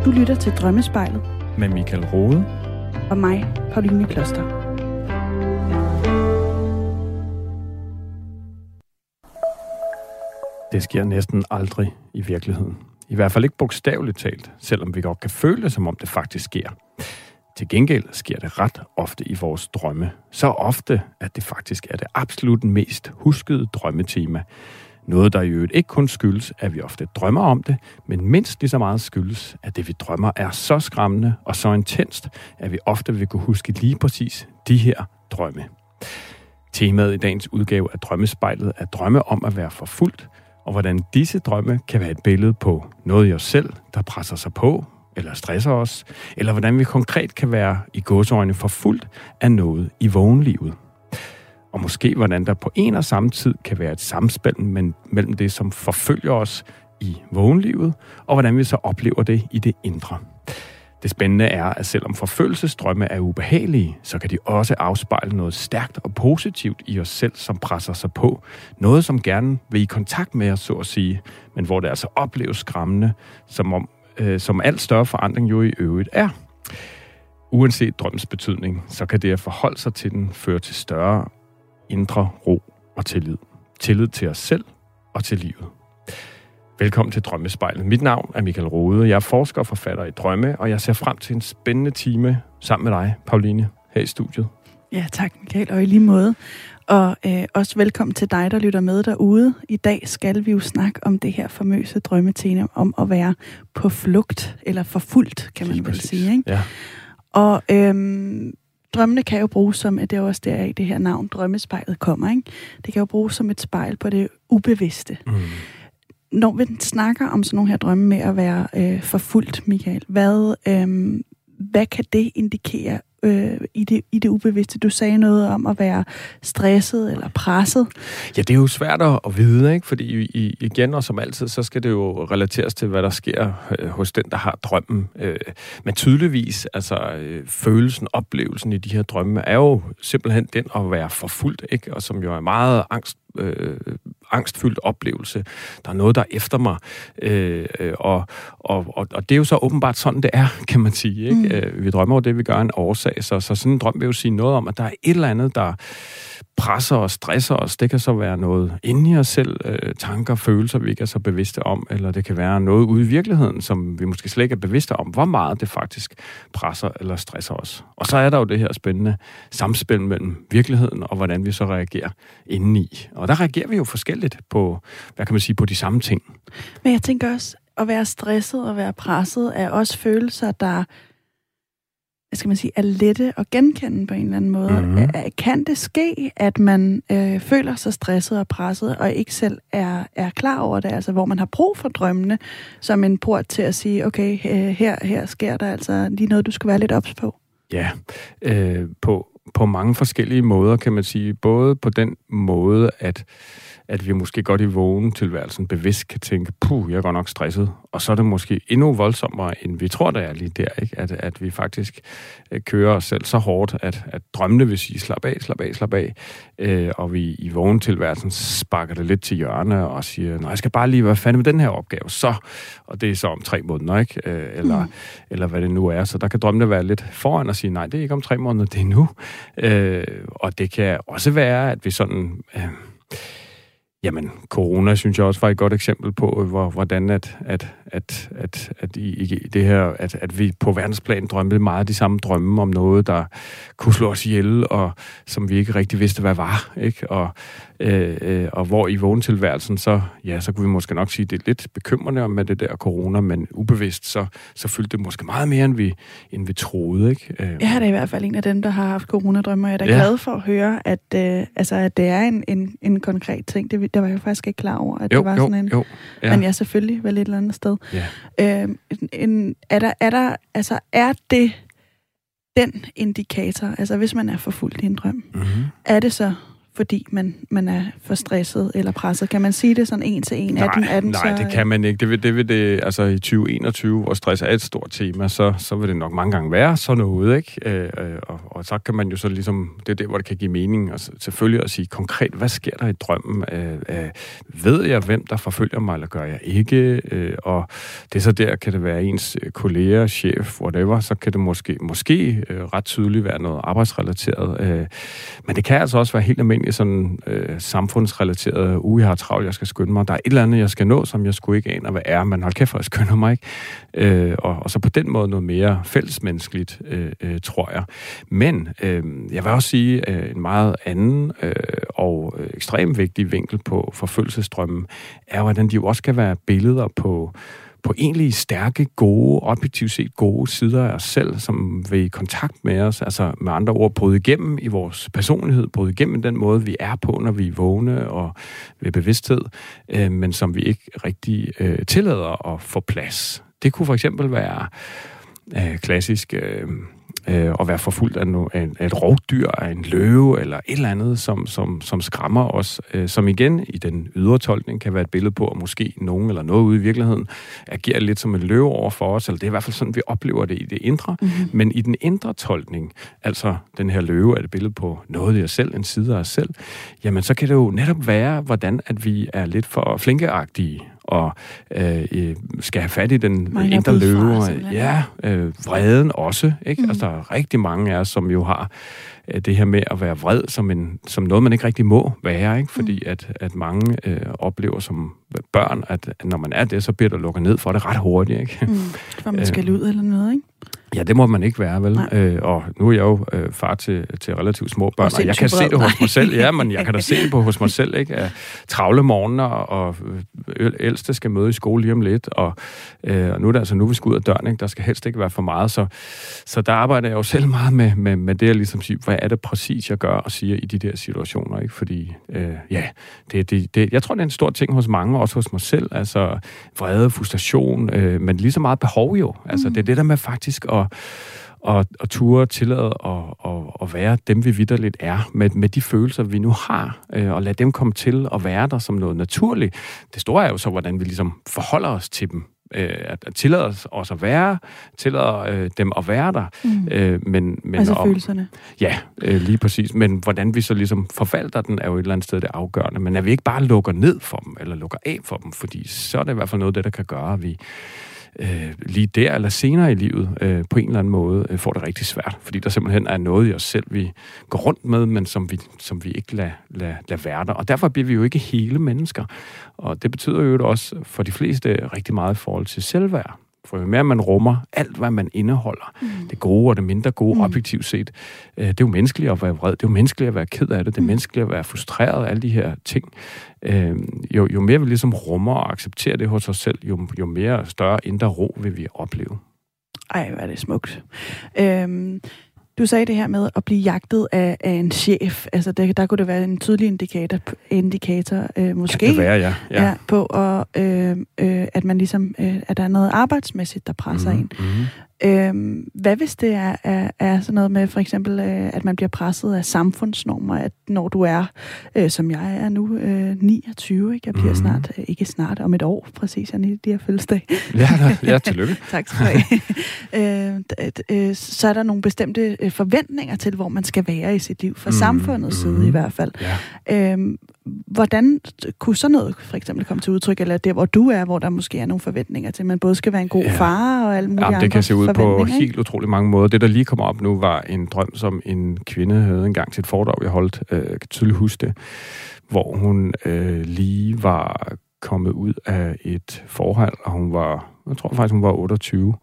Du lytter til Drømmespejlet. Med Michael Rode. Og mig, Pauline Kloster. Det sker næsten aldrig i virkeligheden. I hvert fald ikke bogstaveligt talt, selvom vi godt kan føle, som om det faktisk sker. Til gengæld sker det ret ofte i vores drømme. Så ofte, at det faktisk er det absolut mest huskede drømmetema. Noget, der i øvrigt ikke kun skyldes, at vi ofte drømmer om det, men mindst lige så meget skyldes, at det vi drømmer er så skræmmende og så intenst, at vi ofte vil kunne huske lige præcis de her drømme. Temaet i dagens udgave af Drømmespejlet er drømme om at være forfulgt, og hvordan disse drømme kan være et billede på noget i os selv, der presser sig på, eller stresser os, eller hvordan vi konkret kan være i gåseøjne forfulgt af noget i vågenlivet. Og måske hvordan der på en og samme tid kan være et samspil mellem det, som forfølger os i vågenlivet, og hvordan vi så oplever det i det indre. Det spændende er, at selvom forfølgelsesdrømme er ubehagelige, så kan de også afspejle noget stærkt og positivt i os selv, som presser sig på. Noget, som gerne vil i kontakt med os, så at sige, men hvor det altså opleves skræmmende, som alt større forandring jo i øvrigt er. Uanset drømmens betydning, så kan det at forholde sig til den føre til større indre ro og tillid. Tillid til os selv og til livet. Velkommen til Drømmespejlet. Mit navn er Michael Rode. Jeg er forsker og forfatter i drømme, og jeg ser frem til en spændende time sammen med dig, Pauline, her i studiet. Ja, tak Michael, og i lige måde. Og også velkommen til dig, der lytter med derude. I dag skal vi jo snakke om det her famøse drømmetema om at være på flugt, eller forfulgt, kan man vel sige. Ikke? Ja. Og drømmene kan jo bruges som, at det er også deraf det her navn, Drømmespejlet, kommer. Ikke? Det kan jo bruges som et spejl på det ubevidste. Mm. Når vi snakker om sådan nogle her drømme med at være forfulgt, Michael, hvad kan det indikere i det ubevidste? Du sagde noget om at være stresset eller presset. Ja, det er jo svært at vide, ikke? Fordi igen og som altid, så skal det jo relateres til, hvad der sker hos den, der har drømmen. Men tydeligvis, altså følelsen, oplevelsen i de her drømme, er jo simpelthen den at være forfulgt, ikke? Og som jo er meget angstfyldt oplevelse. Der er noget, der er efter mig. Og det er jo så åbenbart sådan, det er, kan man sige. Ikke? Vi drømmer jo det, vi gør en årsag. Så sådan en drøm vil jo sige noget om, at der er et eller andet, der presser og stresser os. Det kan så være noget inde i os selv, tanker, følelser, vi ikke er så bevidste om, eller det kan være noget ude i virkeligheden, som vi måske slet ikke er bevidste om, hvor meget det faktisk presser eller stresser os. Og så er der jo det her spændende samspil mellem virkeligheden og hvordan vi så reagerer indeni. Og der reagerer vi jo forskelligt på, hvad kan man sige, på de samme ting. Men jeg tænker også, at være stresset og være presset er også følelser, der er lette at genkende på en eller anden måde. Mm-hmm. Kan det ske, at man føler sig stresset og presset, og ikke selv er klar over det, altså hvor man har brug for drømmene, som en port til at sige, okay, her sker der altså lige noget, du skal være lidt ops på? Ja, på mange forskellige måder, kan man sige. Både på den måde, at vi måske godt i vågentilværelsen bevidst kan tænke, jeg er godt nok stresset. Og så er det måske endnu voldsommere, end vi tror, det er lige der. Ikke? At vi faktisk kører os selv så hårdt, at drømmene vil sige, slap af. Og vi i vågentilværelsen sparker det lidt til hjørne og siger, jeg skal bare lige være færdig med den her opgave. Så, og det er så om 3 måneder, ikke? Eller hvad det nu er. Så der kan drømmene være lidt foran og sige, nej, det er ikke om 3 måneder, det er nu. Og det kan også være, at vi sådan... Jamen, corona synes jeg også var et godt eksempel på, hvordan i det her, at vi på verdensplan drømte meget af de samme drømme om noget, der kunne slå os ihjel, og som vi ikke rigtig vidste, hvad var, ikke? Og hvor i vågentilværelsen, så kunne vi måske nok sige, det er lidt bekymrende med det der corona, men ubevidst, så fyldte det måske meget mere, end vi troede, ikke? Jeg er da i hvert fald en af dem, der har haft coronadrømme, og jeg er da glad for at høre, at det er en konkret ting. Det var jeg faktisk ikke klar over, at det var sådan en... Ja. Men jeg selvfølgelig vel et eller andet sted. Ja. Er det den indikator, altså hvis man er forfulgt i en drøm, er det så fordi man er for stresset eller presset. Kan man sige det sådan en til en? Nej, det kan man ikke. Det vil det, altså i 2021, hvor stress er et stort tema, så vil det nok mange gange være sådan noget, ikke? Og så kan man jo så ligesom, det er der, hvor det kan give mening, og selvfølgelig at sige konkret, hvad sker der i drømmen? Ved jeg, hvem der forfølger mig, eller gør jeg ikke? Og det er så der, kan det være ens kolleger, chef, whatever, så kan det måske ret tydeligt være noget arbejdsrelateret. Men det kan altså også være helt almindeligt sådan samfundsrelateret. Jeg har travlt, jeg skal skynde mig. Der er et eller andet, jeg skal nå, som jeg skulle ikke ane, hvad er. Men hold kæft, jeg skynder mig ikke. Og så på den måde noget mere fællesmenneskeligt, tror jeg. Men jeg vil også sige, en meget anden og ekstremt vigtig vinkel på forfølgelsesdrømmen, er, hvordan de jo også kan være billeder på egentlig stærke, gode, objektivt set gode sider af os selv, som vil i kontakt med os, altså med andre ord, bryde igennem i vores personlighed, bryde igennem den måde, vi er på, når vi er vågne og ved bevidsthed, men som vi ikke rigtig tillader at få plads. Det kunne for eksempel være klassisk at være forfulgt af et rovdyr, af en løve, eller et eller andet, som skræmmer os, som igen i den ydre tolkning kan være et billede på, at måske nogen eller noget ude i virkeligheden agerer lidt som en løve over for os, eller det er i hvert fald sådan, vi oplever det i det indre. Mm-hmm. Men i den indre tolkning, altså den her løve er et billede på noget af os selv, en side af os selv, jamen så kan det jo netop være, hvordan at vi er lidt for flinkeagtige, og skal have fat i den indre løve. Ja, vreden også, ikke? Mm. Altså, der er rigtig mange af os, som jo har det her med at være vred som noget, man ikke rigtig må være, ikke? Fordi at mange oplever som børn, at når man er det, så bliver der lukket ned for det ret hurtigt, ikke? For man skal ud eller noget, ikke? Ja, det må man ikke være, vel? Og nu er jeg jo far til relativt små børn, og jeg kan se det hos mig selv. Ja, men jeg kan da se det hos mig selv, ikke? At travle morgener, og ældste skal møde i skole lige om lidt, og nu er det altså, nu vi skal ud af døren, ikke? Der skal helst ikke være for meget, så der arbejder jeg jo selv meget med det at ligesom sige, hvad er det præcis, jeg gør og siger i de der situationer, ikke? Fordi, jeg tror, det er en stor ting hos mange, også hos mig selv, altså vrede, frustration, men lige så meget behov jo. Altså, det er det der med faktisk at ture tillade at være dem, vi vitterligt er, med de følelser, vi nu har, og lade dem komme til at være der som noget naturligt. Det store er jo så, hvordan vi ligesom forholder os til dem, at tillade os at være, tillade dem at være der. Men altså følelserne. Ja, lige præcis. Men hvordan vi så ligesom forvalter den, er jo et eller andet sted det afgørende. Men at vi ikke bare lukker ned for dem, eller lukker af for dem, fordi så er det i hvert fald noget af det, der kan gøre, at vi lige der eller senere i livet på en eller anden måde får det rigtig svært, fordi der simpelthen er noget i os selv, vi går rundt med, men som vi ikke lader være der. Og derfor bliver vi jo ikke hele mennesker. Og det betyder jo også for de fleste rigtig meget i forhold til selvværd. For jo mere man rummer alt, hvad man indeholder, det gode og det mindre gode, objektivt set, det er jo menneskeligt at være vred, det er jo menneskeligt at være ked af det, det er menneskeligt at være frustreret af alle de her ting. Jo mere vi ligesom rummer og accepterer det hos os selv, jo mere større indre ro vil vi opleve. Ej, hvad er det smukt. Du sagde det her med at blive jagtet af en chef. Altså, der kunne det være en tydelig indikator måske. Kan det være, ja. På, at man ligesom, at der er noget arbejdsmæssigt, der presser en. Hvad hvis det er sådan noget med, for eksempel, at man bliver presset af samfundsnormer, at når du er, som jeg er nu, 29, ikke? Jeg bliver ikke snart, om et år, præcis, jeg lige har fødselsdag. Ja, tillykke. Tak skal du have. Så er der nogle bestemte forventninger til, hvor man skal være i sit liv, fra samfundets side i hvert fald. Ja. Hvordan kunne sådan noget for eksempel komme til udtryk, eller der, hvor du er, hvor der måske er nogle forventninger til, at man både skal være en god far og alle mulige andre. Det kan se ud på helt utrolig mange måder. Det, der lige kommer op nu, var en drøm, som en kvinde havde engang til et foredrag, jeg holdt, jeg kan tydeligt huske det, hvor hun lige var kommet ud af et forhold, og jeg tror faktisk, hun var 28,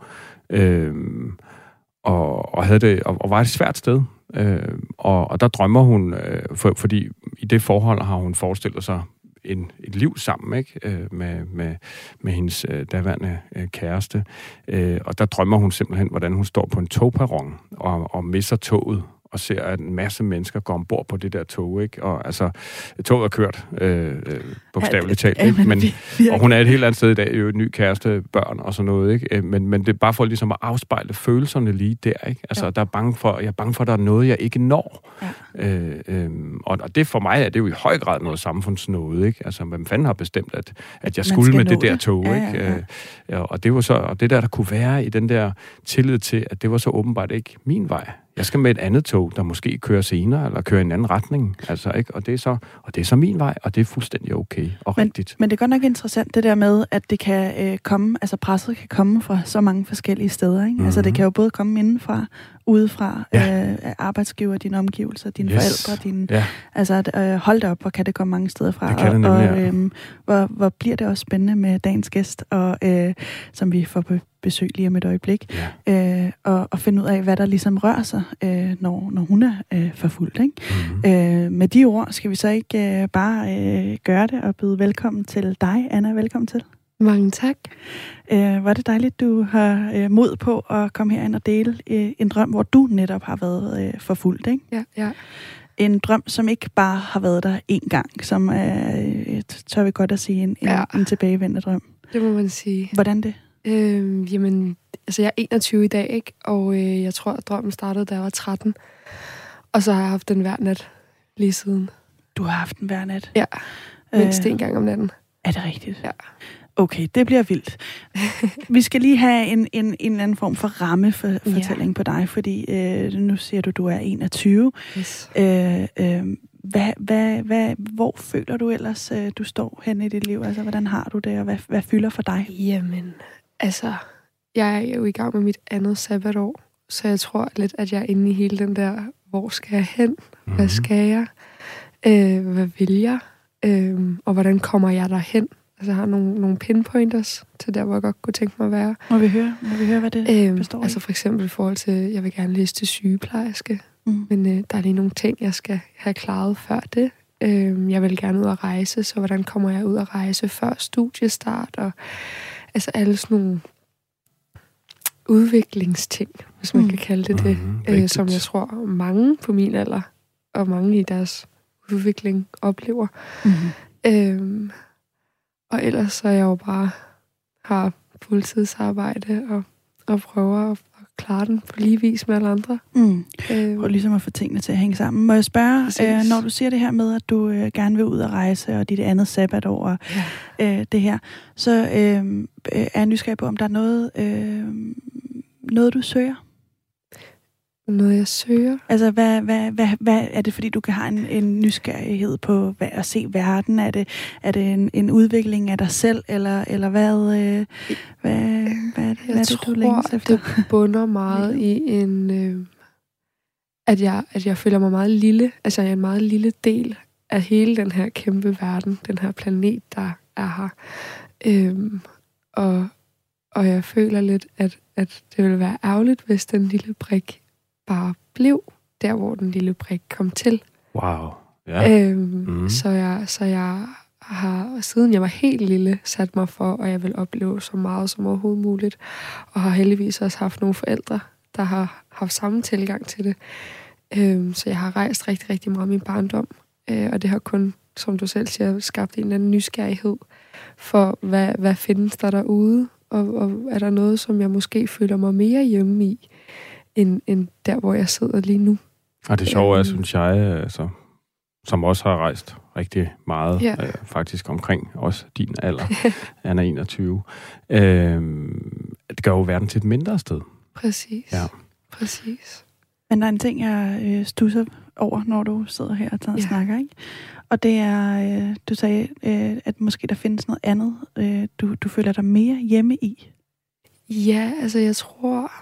og havde det, og var et svært sted. Og der drømmer hun, fordi i det forhold har hun forestillet sig et liv sammen, ikke? Med hendes daværende kæreste. Og der drømmer hun simpelthen, hvordan hun står på en togperron og misser toget, og ser, at en masse mennesker går ombord på det der tog, ikke? Og altså, toget er kørt, bogstaveligt talt, ikke? Men, og hun er et helt andet sted i dag, jo et ny kæreste, børn og sådan noget, ikke? Men det er bare for ligesom at afspejle følelserne lige der, ikke? Altså, jeg er bange for, at der er noget, jeg ikke når. Ja. Og det for mig er det jo i høj grad noget samfundsnåde, ikke? Altså, hvem fanden har bestemt, at jeg skulle med det der tog, ikke? Og det var så, og det der kunne være i den der tillid til, at det var så åbenbart ikke min vej. Jeg skal med et andet tog, der måske kører senere, eller kører i en anden retning. Altså, ikke? Og det er så min vej, og det er fuldstændig okay og rigtigt. Men det er godt nok interessant, det der med, at det kan komme, altså presset kan komme fra så mange forskellige steder, ikke? Mm-hmm. Altså, det kan jo både komme indenfra, udefra, arbejdsgiver, dine omgivelser, dine forældre, altså, hold da op, hvor kan det komme mange steder fra. Det kan det nemlig, hvor bliver det også spændende med dagens gæst, og som vi får på besøg lige om et øjeblik, og finde ud af, hvad der ligesom rører sig, når hun er forfulgt, ikke? Mm-hmm. Med de ord skal vi så ikke bare gøre det og byde velkommen til dig, Anna. Velkommen til. Mange tak. Var det dejligt, du har mod på at komme herind og dele en drøm, hvor du netop har været forfulgt, ikke? Ja. En drøm, som ikke bare har været der én gang, som tør vi godt at sige, en tilbagevendende drøm. Det må man sige. Hvordan det? Jamen, altså jeg er 21 i dag, ikke? Og jeg tror, at drømmen startede, da jeg var 13. Og så har jeg haft den hver nat lige siden. Du har haft den hver nat? Ja, mindst en gang om natten. Er det rigtigt? Ja. Okay, det bliver vildt. Vi skal lige have en eller anden form for rammefortælling på dig, fordi nu siger du er 21. Yes. Hvor føler du ellers, du står henne i dit liv? Altså, hvordan har du det, og hvad fylder for dig? Jamen, altså, jeg er jo i gang med mit andet sabbatår, så jeg tror lidt, at jeg er inde i hele den der, hvor skal jeg hen? Hvad skal jeg? Hvad vil jeg? Og hvordan kommer jeg derhen? Altså, jeg har nogle pinpointers til der, hvor jeg godt kunne tænke mig at være. Må vi høre hvad det består af? Altså for eksempel i forhold til, jeg vil gerne læse til sygeplejerske, men der er lige nogle ting, jeg skal have klaret før det. Jeg vil gerne ud at rejse, så hvordan kommer jeg ud at rejse før studiestart? Og altså alle sådan nogle udviklingsting, hvis man kan kalde det det, som jeg tror mange på min alder, og mange i deres udvikling oplever. Og ellers så er jeg jo bare har fuldtidsarbejde og prøver at klare den på lige vis med alle andre. Prøv ligesom at få tingene til at hænge sammen. Må jeg spørge, når du siger det her med, at du gerne vil ud og rejse, og dit andet sabbatår og det her, så er jeg nysgerrig på, om der er noget du søger? Noget, jeg søger? Altså, hvad er det, fordi du kan have en nysgerrighed på at se verden? Er det en udvikling af dig selv, eller hvad er det? Jeg tror, det bunder meget i en... At jeg føler mig meget lille. Altså, jeg er en meget lille del af hele den her kæmpe verden. Den her planet, der er her. Og jeg føler lidt, at det ville være ærgerligt, hvis den lille brik bare blev der, hvor den lille brik kom til. Wow. Ja. Så jeg har, siden jeg var helt lille, sat mig for, at jeg vil opleve så meget som overhovedet muligt. Og har heldigvis også haft nogle forældre, der har haft samme tilgang til det. Så jeg har rejst rigtig, rigtig meget i min barndom. Og det har kun, som du selv siger, skabt en eller anden nysgerrighed for, hvad findes der derude? Og er der noget, som jeg måske føler mig mere hjemme i, end der, hvor jeg sidder lige nu. Og det sjove er, synes jeg, altså, som også har rejst rigtig meget, faktisk omkring også din alder, Anna 21. Det gør jo verden til et mindre sted. Præcis. Ja. Præcis. Men der er en ting, jeg stusser over, når du sidder her og snakker, ikke? Og det er, du sagde, at måske der findes noget andet, du føler dig mere hjemme i. Ja, altså jeg tror,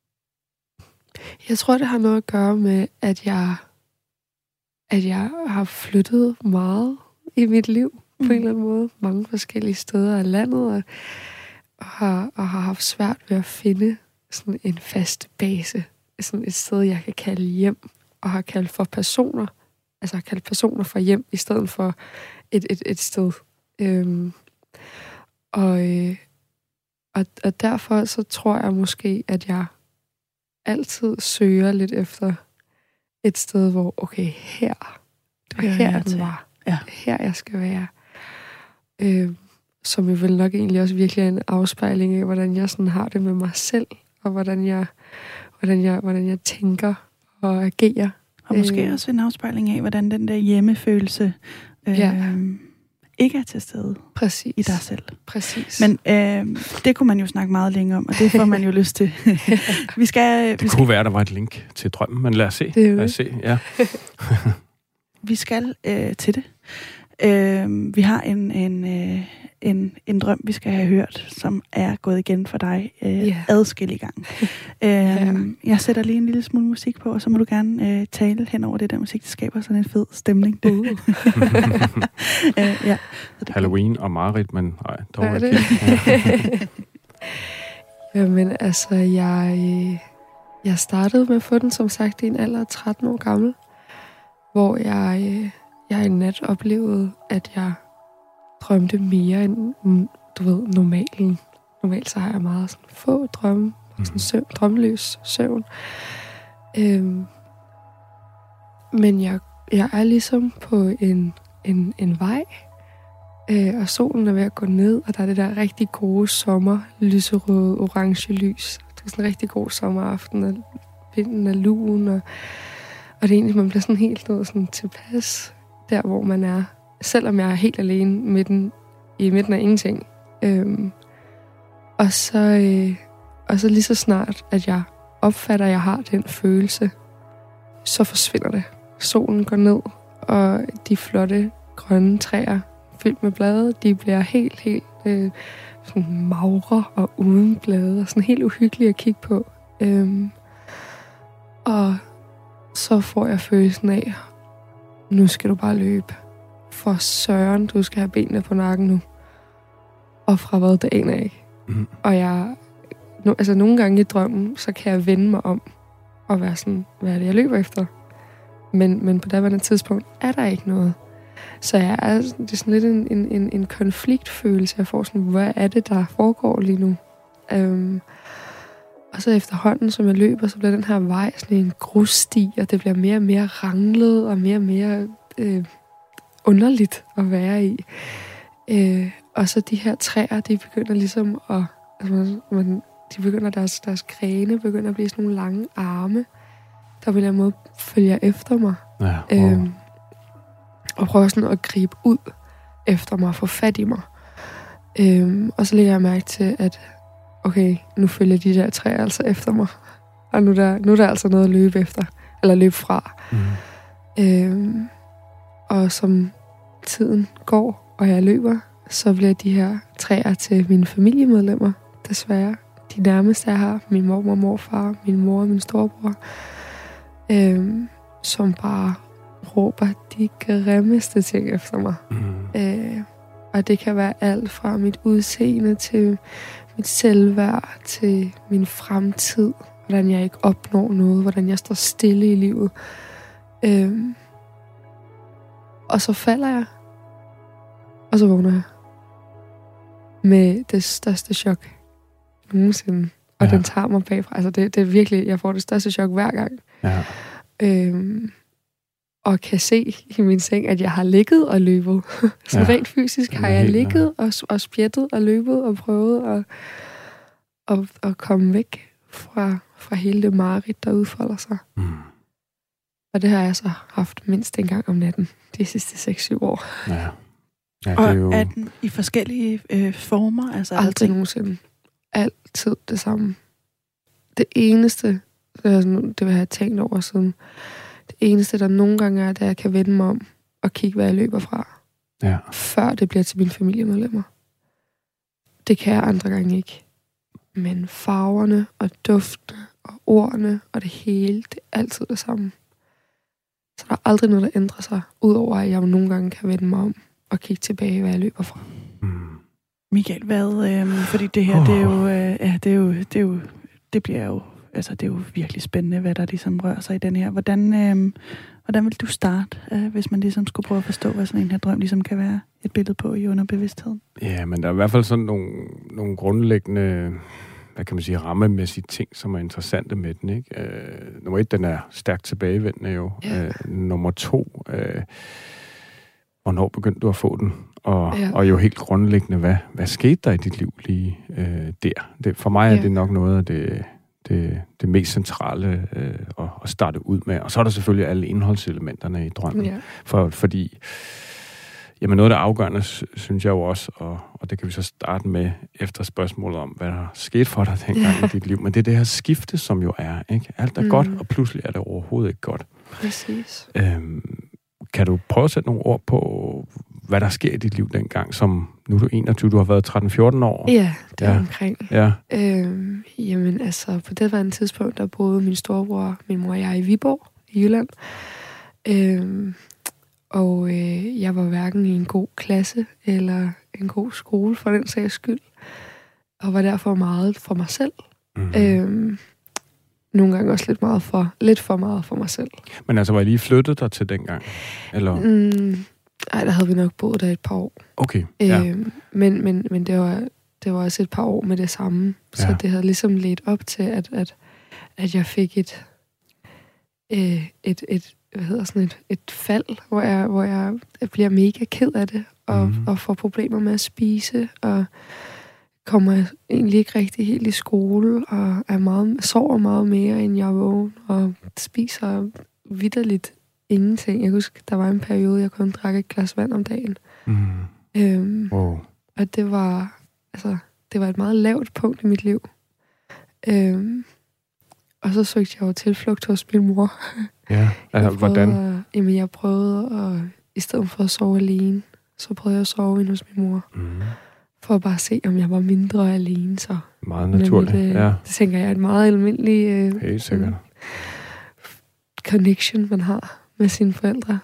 det har noget at gøre med, at jeg har flyttet meget i mit liv, på en eller anden måde. Mange forskellige steder af landet, og har haft svært ved at finde sådan en fast base. Sådan et sted, jeg kan kalde hjem, og har kaldt for personer. Altså har kaldt personer for hjem, i stedet for et sted. Og derfor så tror jeg måske, at jeg altid søger lidt efter et sted, hvor, okay, her, det var her den var. Ja. Her jeg skal være. Som jo vel nok egentlig også virkelig er en afspejling af, hvordan jeg sådan har det med mig selv, og hvordan jeg tænker og agerer. Og måske også en afspejling af, hvordan den der hjemmefølelse ikke er til stede. Præcis. I dig selv. Præcis. Men det kunne man jo snakke meget længere om, og det får man jo lyst til. Det kunne være, der var et link til drømmen, men lad os se. Ja. Vi skal til det. Vi har en drøm, vi skal have hørt, som er gået igen for dig adskillige gange. Jeg sætter lige en lille smule musik på, og så må du gerne tale hen over det der musik. Det skaber sådan en fed stemning. Halloween og Marit, men nej, dog ikke. Jamen altså, jeg startede med at få den, som sagt, i en alder af 13 år gammel, hvor jeg i nat oplevede, at jeg drømte mere end, du ved, normalen. Normalt så har jeg meget sådan få drømme, sådan drømmeløs søvn. Men jeg er ligesom på en vej, og solen er ved at gå ned, og der er det der rigtig gode sommer, lyserøde, orange lys. Det er sådan en rigtig god sommeraften, og vinden er lun, og det er egentlig, man bliver sådan helt sådan tilpas der, hvor man er. Selvom jeg er helt alene i midten af ingenting. Og så lige så snart, at jeg opfatter, at jeg har den følelse, så forsvinder det. Solen går ned, og de flotte grønne træer fyldt med blade, de bliver helt sådan magre og uden blade, og sådan helt uhyggelige at kigge på. Og så får jeg følelsen af, nu skal du bare løbe. For søren, du skal have benene på nakken nu. Og fra hvad, det aner jeg ikke. Og nogle gange i drømmen, så kan jeg vende mig om og være sådan, hvad er det, jeg løber efter? Men på daværende tidspunkt er der ikke noget. Så det er sådan lidt en konfliktfølelse. Jeg får sådan, hvad er det, der foregår lige nu? Og så efterhånden, som jeg løber, så bliver den her vej sådan en grussti, og det bliver mere og mere ranglet, og mere og mere underligt at være i. Og så de her træer, de begynder ligesom at... de begynder deres grene begynder at blive sådan nogle lange arme, der på en eller anden måde følger efter mig. Ja, wow. Og prøver sådan at gribe ud efter mig og få fat i mig. Og så lægger jeg mærke til, at okay, nu følger de der træer altså efter mig. Og nu er der altså noget at løbe efter. Eller løbe fra. Og som tiden går, og jeg løber, så bliver de her træer til mine familiemedlemmer, desværre. De nærmeste jeg har, min mor og morfar, min mor og min storebror, som bare råber de grimmeste ting efter mig. Og det kan være alt fra mit udseende til mit selvværd, til min fremtid, hvordan jeg ikke opnår noget, hvordan jeg står stille i livet. Og så falder jeg, og så vågner jeg med det største chok nogensinde. Og den tager mig bagfra. Altså det er virkelig, jeg får det største chok hver gang. Ja. Og kan se i min seng, at jeg har ligget og løbet. Så rent fysisk har jeg ligget og spjættet og løbet og prøvet at komme væk fra hele det mareridt, der udfolder sig. Og det har jeg så haft mindst en gang om natten de sidste 6-7 år. Ja, det er jo... Og er den i forskellige former? Altså altid nogensinde. Altid det samme. Det eneste, det vil jeg have tænkt over siden, det eneste, der nogle gange er, at jeg kan vende mig om og kigge, hvad jeg løber fra. Ja. Før det bliver til mine familiemedlemmer. Det kan jeg andre gange ikke. Men farverne og duftene og ordene og det hele, det er altid det samme. Så der er aldrig noget, der ændrer sig, udover at jeg nogle gange kan vende mig om og kigge tilbage, hvad jeg løber fra. Michael, fordi det her, det bliver jo, altså det er jo virkelig spændende, hvad der ligesom rører sig i den her. Hvordan vil du starte, hvis man ligesom skulle prøve at forstå, hvad sådan en her drøm ligesom kan være et billede på i underbevidstheden? Ja, men der er i hvert fald sådan nogle grundlæggende hvad kan man sige, rammemæssige ting, som er interessante med den, ikke? Nummer 1, den er stærkt tilbagevendende jo. Nummer 2, hvornår begyndte du at få den? Og jo helt grundlæggende, hvad skete der i dit liv lige der? For mig er det nok noget af det mest centrale at starte ud med. Og så er der selvfølgelig alle indholdselementerne i drømmen. Ja. Fordi jamen noget af det afgørende, synes jeg jo også, og det kan vi så starte med efter spørgsmålet om, hvad der skete for dig dengang i dit liv. Men det er det her skifte, som jo er, ikke? Alt er godt, og pludselig er det overhovedet ikke godt. Præcis. Kan du prøve at sætte nogle ord på, hvad der sker i dit liv dengang, som nu er du 21, du har været 13-14 år? Ja, det er omkring. Ja. Jamen altså, på det var en tidspunkt, der boede min storebror, min mor og jeg i Viborg, i Jylland. Jeg var hverken i en god klasse eller en god skole, for den sags skyld. Og var derfor meget for mig selv. Mm-hmm. Nogle gange også lidt for meget for mig selv. Men altså, var I lige flyttet dig til dengang? Eller? Nej, der havde vi nok boet der et par år. Okay, ja. Men det var også et par år med det samme. Så det havde ligesom ledt op til, at jeg fik et fald, hvor jeg bliver mega ked af det, og får problemer med at spise, og kommer egentlig ikke rigtig helt i skole, og sover meget mere, end jeg er vågen, og spiser vitterligt ingenting. Jeg husker, der var en periode, jeg kun drak et glas vand om dagen. Og det var et meget lavt punkt i mit liv. Og så søgte jeg jo tilflugt hos min mor. Ja, altså hvordan? Jeg prøvede at, i stedet for at sove alene, så prøvede jeg at sove inde hos min mor. For at bare se, om jeg var mindre alene. Så meget naturligt, det tænker jeg er et meget almindeligt helt sikkert. Connection, man har med sine forældre.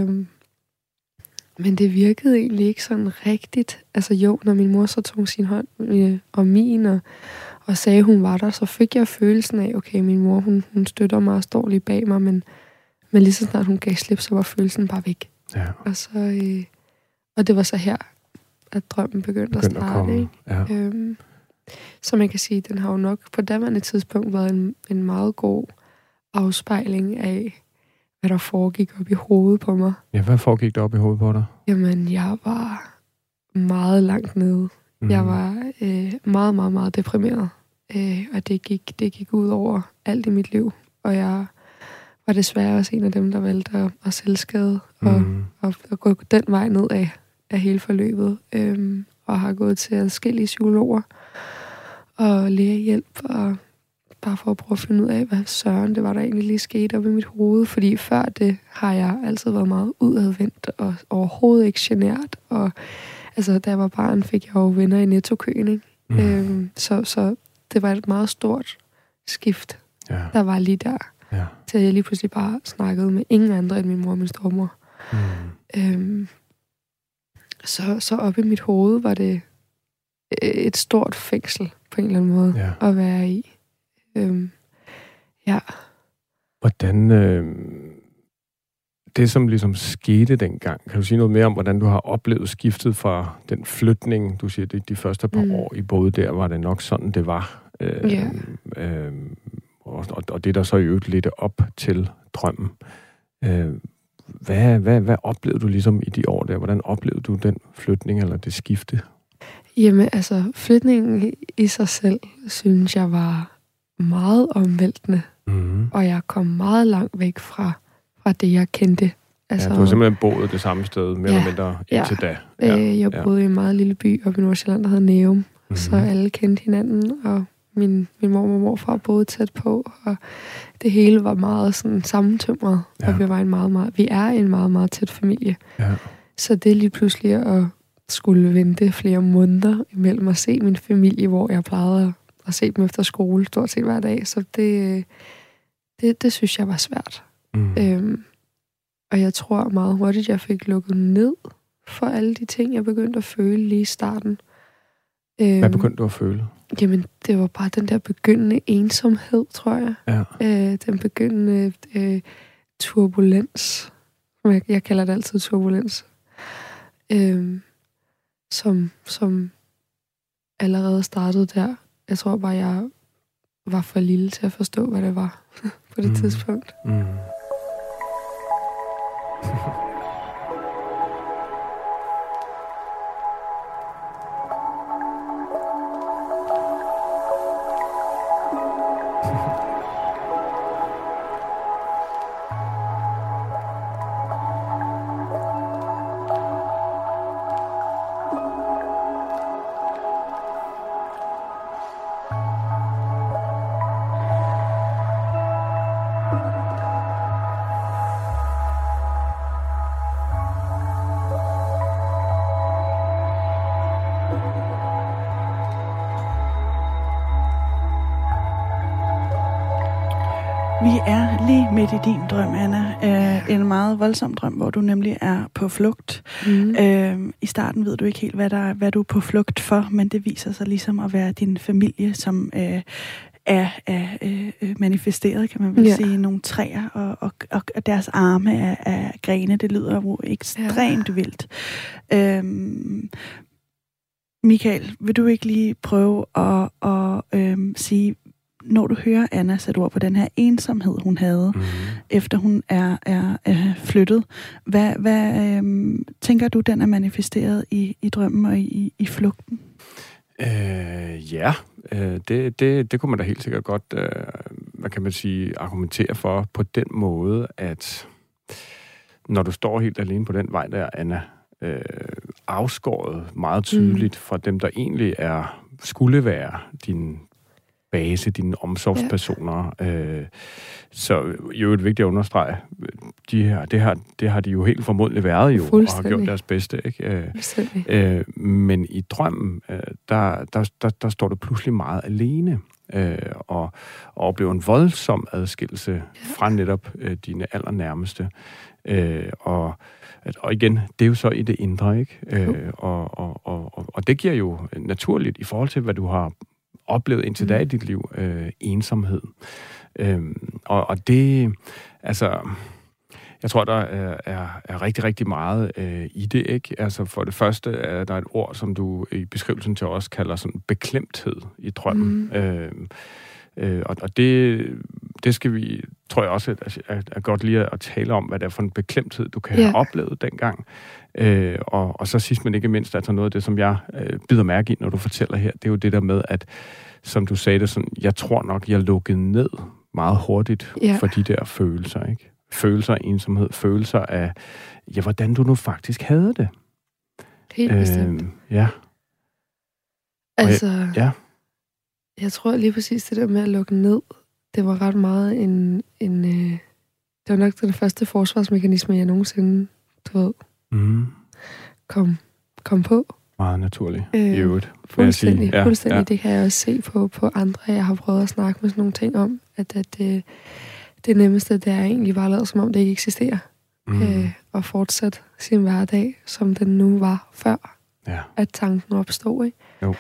Men det virkede egentlig ikke sådan rigtigt. Altså jo, når min mor så tog sin hånd om min, og sagde, hun var der, så fik jeg følelsen af, okay, min mor, hun støtter mig og står lige bag mig, men lige så snart hun gav slip, så var følelsen bare væk. Ja. Og det var så her, at drømmen begyndte at starte. Ikke? Ja. Så man kan sige, den har jo nok på daværende tidspunkt været en meget god afspejling af, hvad der foregik op i hovedet på mig. Ja, hvad foregik der op i hovedet på dig? Jamen, jeg var meget langt nede. Jeg var meget, meget, meget deprimeret. Og det gik ud over alt i mit liv. Og jeg var desværre også en af dem, der valgte at selvskade og gå den vej ned af hele forløbet. Og har gået til adskillige psykologer og lægehjælp, og bare for at prøve at finde ud af, hvad søren det var, der egentlig lige skete op i mit hoved. Fordi før det har jeg altid været meget udadvendt og overhovedet ikke genert. Og altså, da jeg var barn, fik jeg jo venner i Netto-køen, ikke? Så det var et meget stort skift, der var lige der. Ja. Til jeg lige pludselig bare snakkede med ingen andre end min mor og min stormor. Så op i mit hoved var det et stort fængsel på en eller anden måde at være i. Hvordan det, som ligesom skete dengang, kan du sige noget mere om, hvordan du har oplevet skiftet fra den flytning, du siger, de første par år i både der, var det nok sådan, det var. Og det, der så i øvrigt ledte op til drømmen. Hvad oplevede du ligesom i de år der? Hvordan oplevede du den flytning eller det skifte? Jamen, altså, flytningen i sig selv, synes jeg var meget omvæltende. Og jeg kom meget langt væk fra det, jeg kendte. Altså, du har simpelthen boet det samme sted, mere eller mindre indtil da. Jeg boede i en meget lille by oppe i Nordsjælland, der hed Næum. Så alle kendte hinanden, og min mor og morfar boede tæt på, og det hele var meget sådan sammentømret, og vi er en meget, meget tæt familie. Ja. Så det lige pludselig at skulle vente flere måneder imellem at se min familie, hvor jeg plejede at se dem efter skole stort set hver dag, så det synes jeg var svært. Og jeg tror meget hurtigt, jeg fik lukket ned for alle de ting, jeg begyndte at føle lige i starten. Hvad begyndte du at føle? Jamen, det var bare den der begyndende ensomhed, tror jeg. Ja. Den begyndende turbulens. Jeg kalder det altid turbulens. Som allerede startede der. Jeg tror bare, jeg var for lille til at forstå, hvad det var på det tidspunkt. Mm. Vi er lige midt i din drøm, Anna. En meget voldsom drøm, hvor du nemlig er på flugt. I starten ved du ikke helt, hvad du er på flugt for, men det viser sig ligesom at være din familie, som er manifesteret, kan man vel sige, nogle træer, og deres arme er grene. Det lyder jo ekstremt vildt. Michael, vil du ikke lige prøve at sige, når du hører Anna sætte ord på den her ensomhed, hun havde, efter hun er flyttet, hvad tænker du, den er manifesteret i drømmen og i flugten? Det kunne man da helt sikkert godt, hvad kan man sige, argumentere for på den måde, at når du står helt alene på den vej der, Anna, afskåret meget tydeligt fra dem, der egentlig skulle være din base, dine omsorgspersoner. Så jo et vigtigt at understrege, det har de jo helt formodentlig været jo, og har gjort deres bedste. Ikke? Men i drømmen, der står du pludselig meget alene, og oplever en voldsom adskillelse fra netop dine allernærmeste. Og igen, det er jo så i det indre, ikke? Og det giver jo naturligt, i forhold til, hvad du har oplevet indtil da i dit liv, ensomhed. Og det, altså, jeg tror, der er rigtig, rigtig meget i det, ikke? Altså, for det første er der et ord, som du i beskrivelsen til os kalder sådan beklemthed i drømmen. Og det skal vi, tror jeg også, er godt lige at tale om, hvad det er for en beklemthed, du kan have oplevet dengang. Og så sidst men ikke mindst, altså noget af det, som jeg bider mærke i, når du fortæller her, det er jo det der med, at, som du sagde det sådan, jeg tror nok, jeg lukkede ned meget hurtigt for de der følelser, ikke? Følelser af ensomhed, følelser af, hvordan du nu faktisk havde det. Helt bestemt. Altså, jeg tror lige præcis det der med at lukke ned, det var ret meget det var nok den første forsvarsmekanisme, jeg nogensinde, du ved, kom på. Meget naturligt, i øvrigt. Fuldstændig. Det kan jeg også se på andre, jeg har prøvet at snakke med sådan nogle ting om, at det nemmeste, det er egentlig bare lavet, som om det ikke eksisterer. Og fortsætte sin hverdag, som den nu var før, at tanken opstod, ikke? Jo.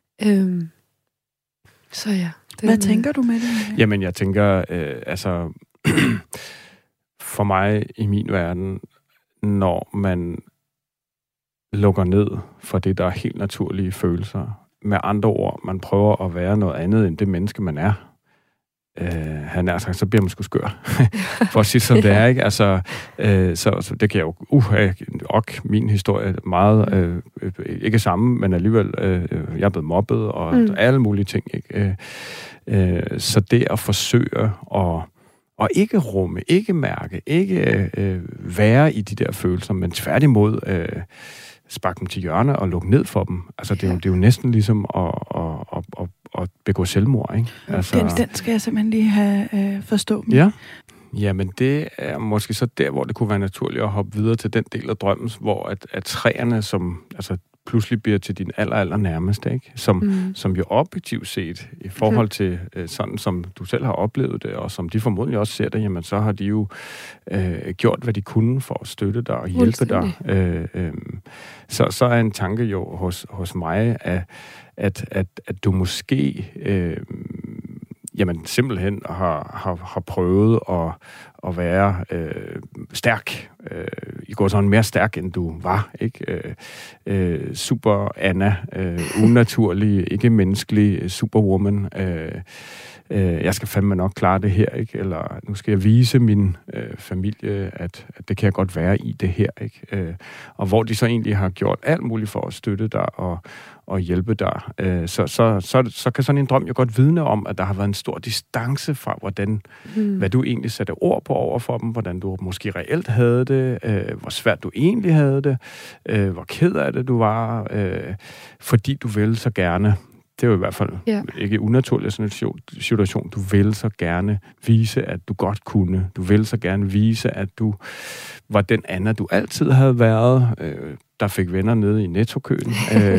Så ja. Hvad tænker du med det? Jamen, jeg tænker, altså, for mig i min verden, når man lukker ned for det, der er helt naturlige følelser. Med andre ord, man prøver at være noget andet end det menneske, man er. Han er sagt, så bliver man sgu skør. For at sige som det er, ikke? Altså, så det kan jeg jo, min historie meget, ikke samme, men alligevel, jeg er blevet mobbet, og alle mulige ting, ikke? Så det at forsøge at ikke rumme, ikke mærke, ikke være i de der følelser, men tværtimod sparke dem til hjørne og lukke ned for dem. Altså, det er jo næsten ligesom at begå selvmord, ikke? Altså, den skal jeg simpelthen lige have forstå. Ja, men det er måske så der, hvor det kunne være naturligt at hoppe videre til den del af drømmen, hvor at træerne, som altså pludselig bliver til din aller nærmeste, ikke? Som jo objektivt set, i forhold til sådan, som du selv har oplevet det, og som de formodentlig også ser det, jamen så har de jo gjort, hvad de kunne for at støtte dig og hjælpe dig. Så er en tanke jo hos mig, at du måske simpelthen har prøvet at være stærk i går sådan mere stærk, end du var, ikke? Super Anna, unaturlig, ikke menneskelig, superwoman. Jeg skal fandme nok klare det her, ikke? Eller nu skal jeg vise min familie, at det kan jeg godt være i det her, ikke? Og hvor de så egentlig har gjort alt muligt for at støtte dig og hjælpe dig, så kan sådan en drøm jo godt vidne om, at der har været en stor distance fra, hvad du egentlig satte ord på over for dem, hvordan du måske reelt havde det, hvor svært du egentlig havde det, hvor ked af det du var, fordi du ville så gerne. Det er jo i hvert fald ikke unaturlig sådan en situation. Du vil så gerne vise, at du godt kunne. Du vil så gerne vise, at du var den Anna, du altid havde været. Der fik venner nede i Netto-køen.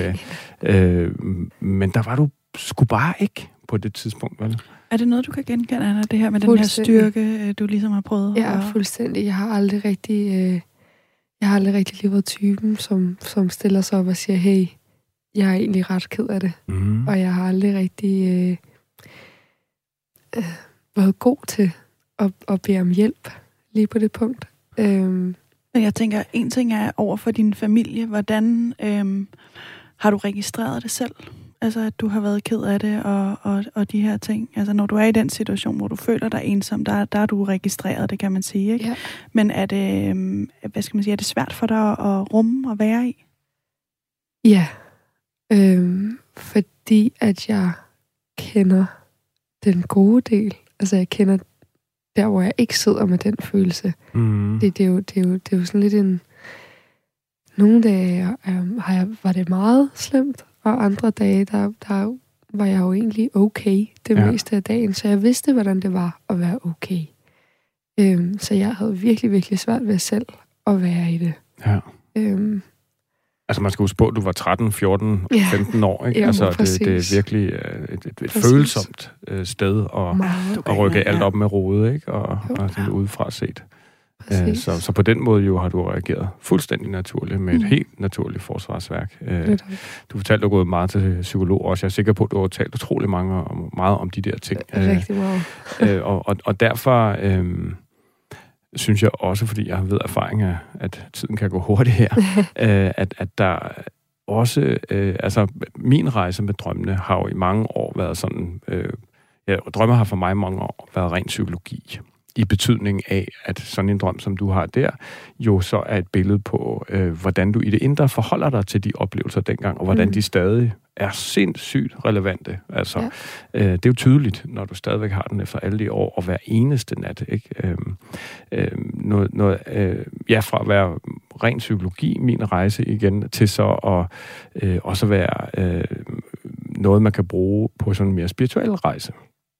Men der var du sgu bare ikke på det tidspunkt, vel? Er det noget, du kan genkende, Anna, det her med den her styrke, du ligesom har prøvet? Ja, fuldstændig. Jeg har aldrig rigtig lige været typen, som stiller sig op og siger, hey, jeg er egentlig ret ked af det. Og jeg har aldrig rigtig været god til at bede om hjælp lige på det punkt. Jeg tænker, en ting er over for din familie. Hvordan har du registreret det selv? Altså, at du har været ked af det og de her ting. Altså, når du er i den situation, hvor du føler dig ensom, der er du registreret, det kan man sige, ikke? Ja. Men er det, er det svært for dig at rumme og være i? Ja. Fordi at jeg kender den gode del. Altså, jeg kender der, hvor jeg ikke sidder med den følelse. Det er jo sådan lidt en... Nogle dage var det meget slemt, og andre dage, der var jeg jo egentlig okay det meste af dagen. Så jeg vidste, hvordan det var at være okay. Så jeg havde virkelig, virkelig svært ved selv at være i det. Ja. Altså, man skal huske på, at du var 13, 14, 15 år, ikke? Altså, det er virkelig et følsomt sted at rykke alt op med rodet, ikke? Og sådan udefra set. Så på den måde jo har du reageret fuldstændig naturligt med et helt naturligt forsvarsværk. Du fortalte, du gået meget til psykolog også. Jeg er sikker på, at du har talt utrolig meget om de der ting. Rigtig meget. Og derfor... synes jeg også, fordi jeg ved erfaring af, at tiden kan gå hurtigt her, at der også... altså, min rejse med drømmene har jo i mange år været sådan... drømme har for mig mange år været ren psykologi. I betydning af, at sådan en drøm, som du har der, jo så er et billede på, hvordan du i det indre forholder dig til de oplevelser dengang, og hvordan de stadig er sindssygt relevante. Altså, det er jo tydeligt, når du stadigvæk har den efter alle de år, og hver eneste nat, ikke? Fra at være ren psykologi, min rejse igen, til så at også være noget, man kan bruge på sådan en mere spirituel rejse.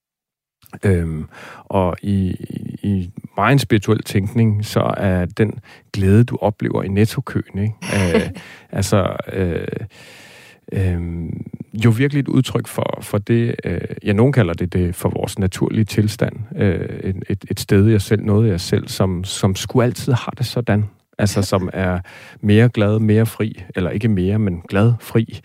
Og i meget spirituel tænkning, så er den glæde, du oplever i Netto-køen, ikke? Jo virkelig et udtryk for det, nogen kalder det for vores naturlige tilstand. Et sted i os selv, noget i os selv, som sgu altid har det sådan. Altså, som er mere glad, mere fri, eller ikke mere, men glad, fri.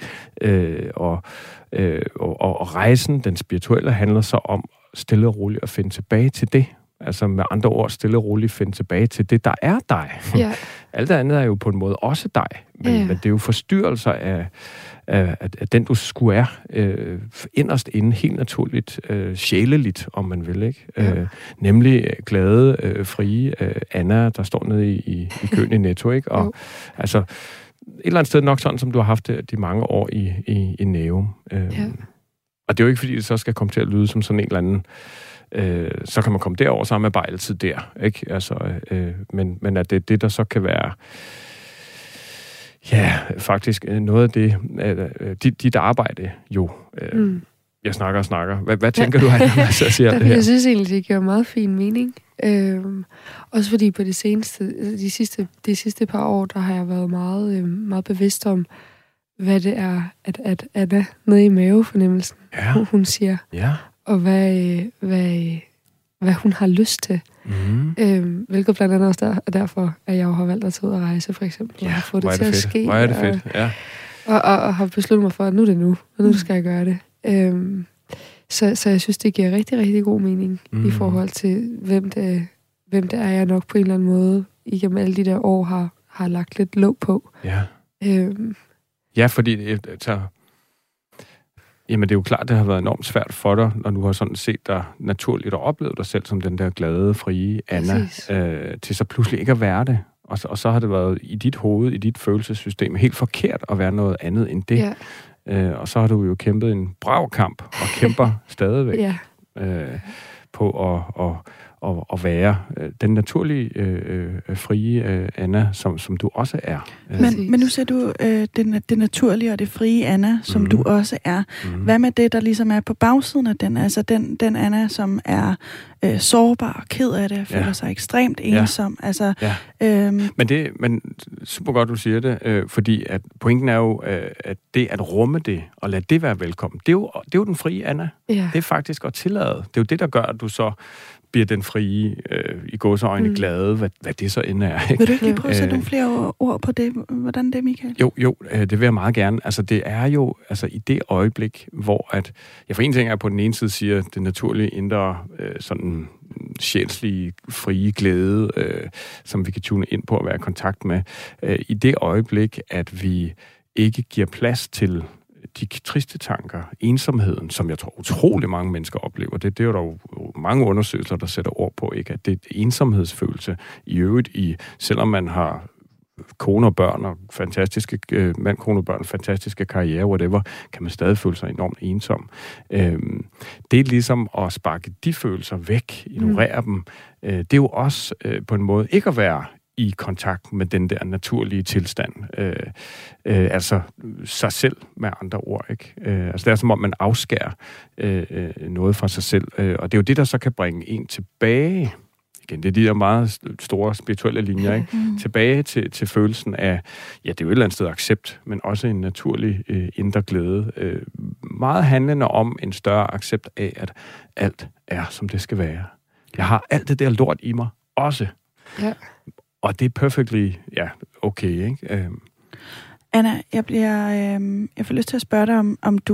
Og rejsen, den spirituelle, handler så om stille og roligt at finde tilbage til det. Altså med andre ord, stille og roligt finde tilbage til det, der er dig. Ja. Alt det andet er jo på en måde også dig. Men det er jo forstyrrelser af den, du sgu er. Inderst inde, helt naturligt, sjæleligt, om man vil, ikke? Nemlig glade, frie Anna, der står nede i køen i Netto, ikke? Og altså, et eller andet sted nok sådan, som du har haft de mange år i Nævum. Og det er jo ikke, fordi det så skal komme til at lyde som sådan en eller anden... så kan man komme derover, så er man bare altid der, ikke? Altså, men at det er det, der så kan være... Ja, faktisk noget af det... Dit arbejde jo... Jeg snakker og snakker. Hvad tænker du, når jeg siger det her? Jeg synes egentlig, det giver meget fin mening. Også fordi på de sidste par år, der har jeg været meget, meget bevidst om, hvad det er, at Anna nede i mavefornemmelsen, hun siger. Ja. Og hvad hun har lyst til. Hvilket blandt andet også derfor, at jeg jo har valgt at tage ud og rejse, for eksempel. Ja, og få det til at ske. Hvor er det fedt, ja. Og har besluttet mig for, at nu er det nu, og nu skal jeg gøre det. Så jeg synes, det giver rigtig, rigtig god mening i forhold til, hvem det er, jeg nok på en eller anden måde igennem alle de der år har lagt lidt låg på. Ja. Ja, fordi jamen, det er jo klart, det har været enormt svært for dig, når du har sådan set dig naturligt og oplevet dig selv som den der glade, frie Anna, til så pludselig ikke at være det. Og så har det været i dit hoved, i dit følelsessystem, helt forkert at være noget andet end det. Ja. Og så har du jo kæmpet en brav kamp, og kæmper stadigvæk på at være den naturlige, frie Anna, som du også er. Men nu ser du det naturlige og det frie Anna, som du også er. Hvad med det, der ligesom er på bagsiden af den? Altså den Anna, som er sårbar og ked af det, føler sig ekstremt ensom. Altså, Men super godt, du siger det, fordi at pointen er jo, at det at rumme det, og lade det være velkommen, det er jo den frie Anna. Ja. Det er faktisk at tillade. Det er jo det, der gør, at du så bliver den frie, i gåseøjne glade, hvad det så end er. Ikke? Vil du ikke lige prøve at sætte nogle flere ord på det? Hvordan det, Michael? Jo, det vil jeg meget gerne. Altså, det er jo i det øjeblik, hvor at... Ja, for en ting er, på den ene side siger, det naturlige indre, sådan sjælslige, frie glæde, som vi kan tune ind på at være i kontakt med. I det øjeblik, at vi ikke giver plads til de triste tanker, ensomheden, som jeg tror utrolig mange mennesker oplever. Det er jo der jo mange undersøgelser, der sætter ord på, ikke? At det er ensomhedsfølelse i øvrigt, selvom man har kone og børn og fantastiske kone og børn, fantastiske karriere, whatever, kan man stadig føle sig enormt ensom. Det er ligesom at sparke de følelser væk, ignorere dem. Det er jo også på en måde ikke at være i kontakt med den der naturlige tilstand. Altså sig selv med andre ord, ikke? Altså det er som om, man afskærer noget fra sig selv. Og det er jo det, der så kan bringe en tilbage. Igen, det er de der meget store spirituelle linjer, ikke? Tilbage til følelsen af, ja, det er jo et eller andet sted accept, men også en naturlig indre glæde. Meget handlende om en større accept af, at alt er, som det skal være. Jeg har alt det der lort i mig også. Ja. Og det er perfectly, okay, ikke? Anna, jeg får lyst til at spørge dig,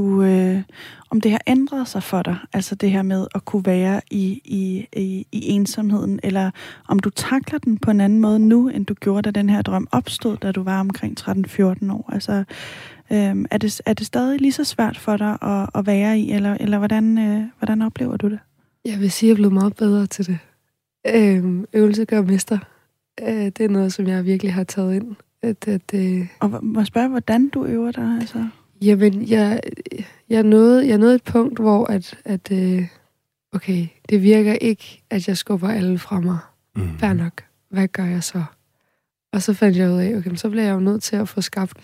om det har ændret sig for dig, altså det her med at kunne være i ensomheden, eller om du takler den på en anden måde nu, end du gjorde, da den her drøm opstod, da du var omkring 13-14 år. Altså, er det stadig lige så svært for dig at være i, eller hvordan oplever du det? Jeg vil sige, at jeg er blevet meget bedre til det. Øvelse gør mester. Det er noget, som jeg virkelig har taget ind. Og må jeg spørge, hvordan du øver dig? Altså? Jamen, jeg nåede et punkt, hvor okay, det virker ikke, at jeg skubber alle fra mig. Fair nok. Hvad gør jeg så? Og så fandt jeg ud af, okay, så bliver jeg jo nødt til at få skabt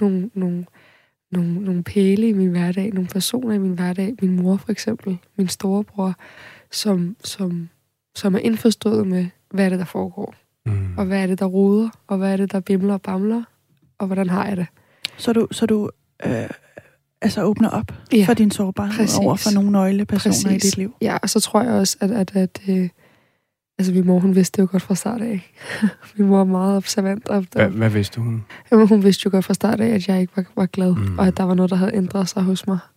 nogle pæle i min hverdag, nogle personer i min hverdag. Min mor for eksempel, min storebror, som er indforstået med, hvad er det, der foregår. Og hvad er det, der roder, og hvad er det, der bimler og bamler, og hvordan har jeg det? Så du åbner op for din sårbarhed over for nogle nøglepersoner i dit liv? Ja, og så tror jeg også, at min mor, hun vidste det jo godt fra start af. Min mor er meget observant. Hvad vidste hun? Jamen, hun vidste jo godt fra start af, at jeg ikke var glad, og at der var noget, der havde ændret sig hos mig.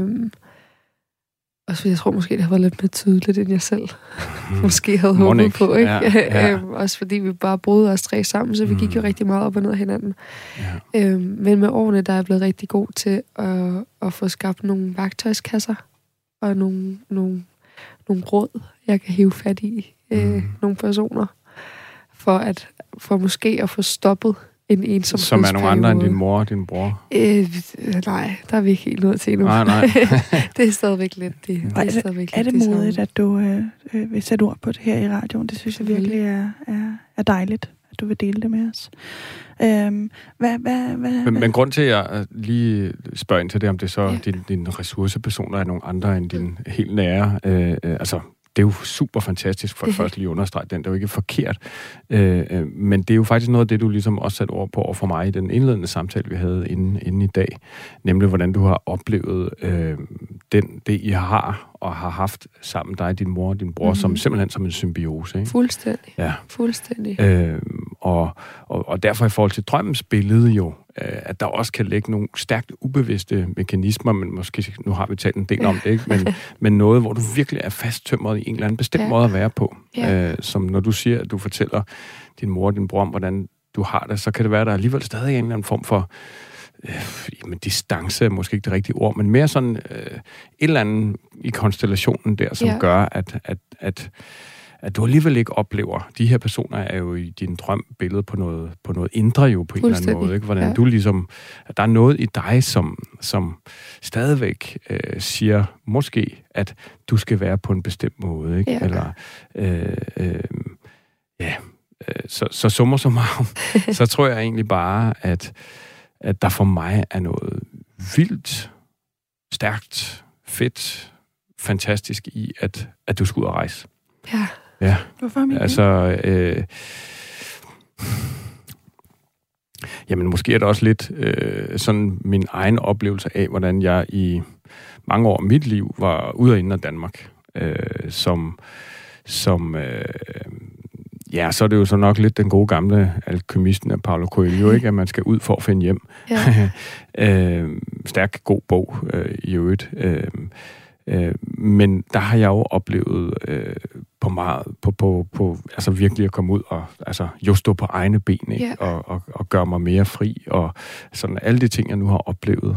Også jeg tror måske, det har været lidt mere tydeligt, end jeg selv måske havde håbet på. Ikke? Ja. Også fordi vi bare boede os tre sammen, så vi gik jo rigtig meget op og ned af hinanden. Ja. Men med årene, der er jeg blevet rigtig god til at få skabt nogle værktøjskasser og nogle råd, jeg kan hive fat i. Nogle personer, for måske at få stoppet en ensomhedsperiode. Som er nogle andre end din mor og din bror? Nej, der er vi ikke helt nået til endnu. Nej. Det er stadigvæk lidt det. Er det modigt, at du vil sætte ord på det her i radioen? Det synes jeg virkelig er dejligt, at du vil dele det med os. Men grund til, at jeg lige spørger ind til det, om det så dine ressourcepersoner er nogle andre end din helt nære, det er jo super fantastisk for at først lige understrege den. Det er jo ikke forkert. Men det er jo faktisk noget af det, du ligesom også satte ord på over for mig i den indledende samtale, vi havde inden i dag. Nemlig, hvordan du har oplevet det, I har og har haft sammen, dig, din mor og din bror, som simpelthen som en symbiose. Ikke? Fuldstændig. Ja. Fuldstændig. Og derfor i forhold til drømmens billede jo, at der også kan ligge nogle stærkt ubevidste mekanismer, men måske, nu har vi talt en del om det, ikke? Men noget, hvor du virkelig er fasttømret i en eller anden bestemt måde at være på. Som når du siger, at du fortæller din mor og din bror om, hvordan du har det, så kan det være, at der alligevel stadig er en eller anden form for distance er måske ikke det rigtige ord, men mere sådan et eller andet i konstellationen der, som gør, at du alligevel ikke oplever, de her personer er jo i din drøm billede på noget indre jo på en eller anden måde, ikke? Hvordan du ligesom, at der er noget i dig, som stadigvæk siger måske, at du skal være på en bestemt måde, ikke? Eller så summer så meget, så tror jeg egentlig bare, at der for mig er noget vildt, stærkt, fedt, fantastisk i, at du skal ud og rejse. Ja. Hvorfor, Mikkel? Altså, jamen måske er det også lidt sådan min egen oplevelse af, hvordan jeg i mange år af mit liv var ude og inde af Danmark, ja, så er det jo så nok lidt den gode gamle alkymisten af Paulo Coelho, ikke? At man skal ud for at finde hjem. Ja. Stærk, god bog i øvrigt. Men der har jeg jo oplevet altså virkelig at komme ud og altså jo stå på egne ben, ikke? Og gøre mig mere fri, og sådan alle de ting, jeg nu har oplevet.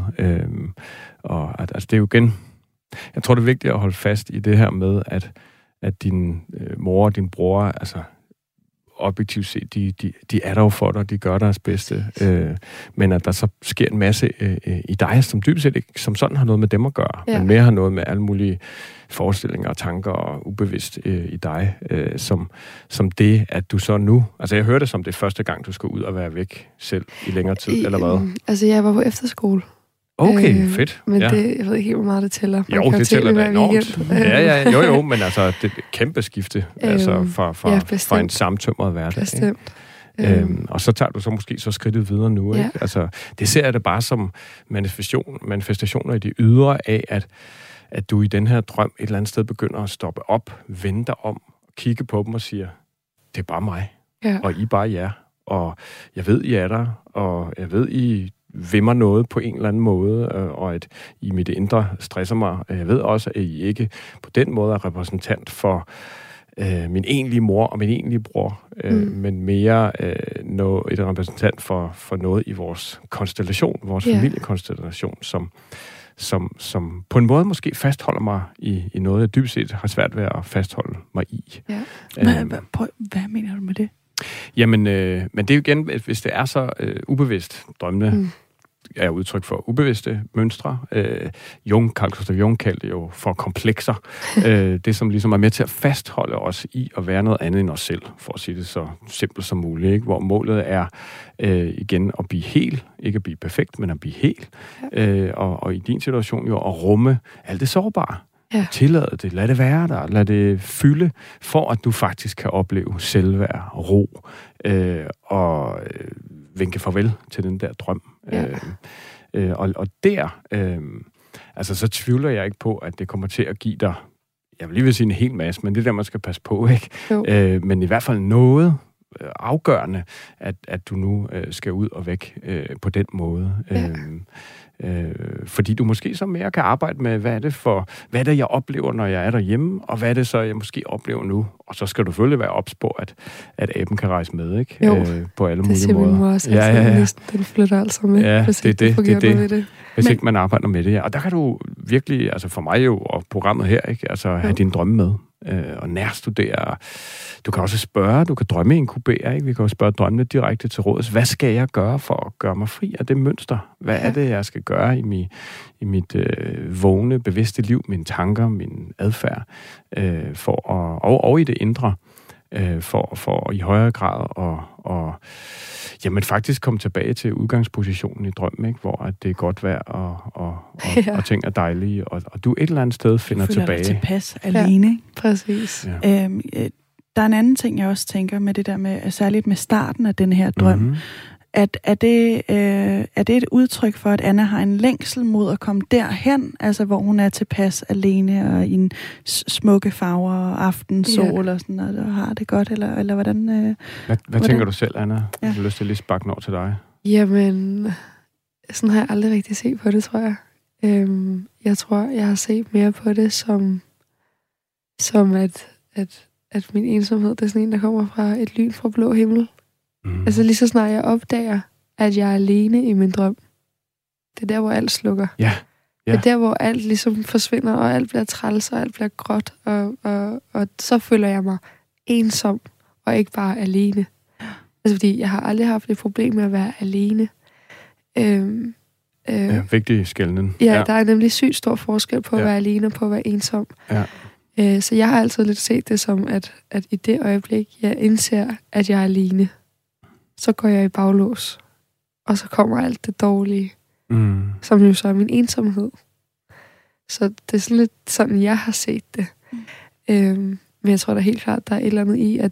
Og altså det er jo igen, jeg tror det er vigtigt at holde fast i det her med, at din mor og din bror, altså objektivt set, de er der jo for dig, de gør deres bedste, men at der så sker en masse i dig, som dybest set ikke som sådan har noget med dem at gøre, men mere har noget med alle mulige forestillinger og tanker og ubevidst i dig, som det, at du så nu, altså jeg hørte det som det første gang, du skal ud og være væk selv i længere tid, eller hvad? Altså jeg var på efterskole. Okay, fedt. Men det, jeg ved ikke helt, hvor meget det tæller. Jo, det tæller da enormt. Jo, men altså, det er et kæmpe skifte, altså fra en samtømret hverdag. Bestemt. Og så tager du så måske så skridtet videre nu, ikke? Altså, det ser jeg det bare som manifestationer i de ydre af, at du i den her drøm et eller andet sted begynder at stoppe op, vende dig om, kigge på dem og siger, det er bare mig, og I bare jer, og jeg ved, I er der, og jeg ved, I vimmer noget på en eller anden måde, og at I mit indre stresser mig. Jeg ved også, at I ikke på den måde er repræsentant for min egentlige mor og min egentlige bror, men mere et repræsentant for noget i vores konstellation, vores familiekonstellation, som på en måde måske fastholder mig i noget, jeg dybest set har svært ved at fastholde mig i. Ja. Hvad mener du med det? Jamen, men det er jo igen, hvis det er så ubevidst, drømmene er udtryk for ubevidste mønstre. Carl Gustav Jung kaldte jo for komplekser. Det, som ligesom er med til at fastholde os i at være noget andet end os selv, for at sige det så simpelt som muligt, ikke? Hvor målet er igen at blive hel, ikke at blive perfekt, men at blive hel. Og i din situation jo at rumme alt det sårbare. Ja. Tillade det, lad det være der, lad det fylde, for at du faktisk kan opleve selvværd, ro, og vinke farvel til den der drøm. Og der, altså så tvivler jeg ikke på, at det kommer til at give dig, jeg vil lige vil sige en hel masse, men det er der, man skal passe på, ikke? Men i hvert fald noget afgørende, at du nu skal ud og væk på den måde. Fordi du måske så mere kan arbejde med, hvad er det, jeg oplever, når jeg er derhjemme, og hvad er det så, jeg måske oplever nu. Og så skal du selvfølgelig være ops på, at aben kan rejse med, ikke? På alle mulige måder. Det siger også. Ja. Den flytter altså med. Ja, det er det. Hvis ikke man arbejder med det. Og der kan du virkelig, altså for mig jo, og programmet her, ikke? Altså have dine drømme med. Og nærstudere. Du kan også spørge, du kan drømme inkubere, ikke? Vi kan også spørge drømmene direkte til råds. Hvad skal jeg gøre for at gøre mig fri af det mønster? Hvad er det, jeg skal gøre i mit vågne, bevidste liv, mine tanker, min adfærd, og i det indre, for i højere grad og jamen faktisk komme tilbage til udgangspositionen i drømmen, ikke? Hvor at det er godt vejr, og ting er dejlige, og du et eller andet sted finder tilbage. Du tilpas alene. Ja, præcis. Ja. Der er en anden ting, jeg også tænker med det der med, særligt med starten af den her drøm, er det et udtryk for, at Anna har en længsel mod at komme derhen, altså hvor hun er tilpas alene og i en smukke farver og aftensol og sådan noget, og har det godt, eller hvordan? Hvad tænker du selv, Anna? Jeg har lyst til at lige sparke over til dig. Jamen, sådan har jeg aldrig rigtig set på det, tror jeg. Jeg tror, jeg har set mere på det som at min ensomhed, det er sådan en, der kommer fra et lyn fra blå himmel. Altså lige så snart jeg opdager, at jeg er alene i min drøm, det er der, hvor alt slukker. Ja. Det er der, hvor alt ligesom forsvinder, og alt bliver træls, og alt bliver gråt, og så føler jeg mig ensom, og ikke bare alene. Altså fordi jeg har aldrig haft et problem med at være alene. Vigtig skelnen. Ja, der er nemlig sygt stor forskel på at være alene og på at være ensom. Ja. Så jeg har altid lidt set det som, at i det øjeblik, jeg indser, at jeg er alene, så går jeg i baglås. Og så kommer alt det dårlige, som jo så er min ensomhed. Så det er sådan lidt sådan, jeg har set det. Men jeg tror da helt klart, der er et eller andet i,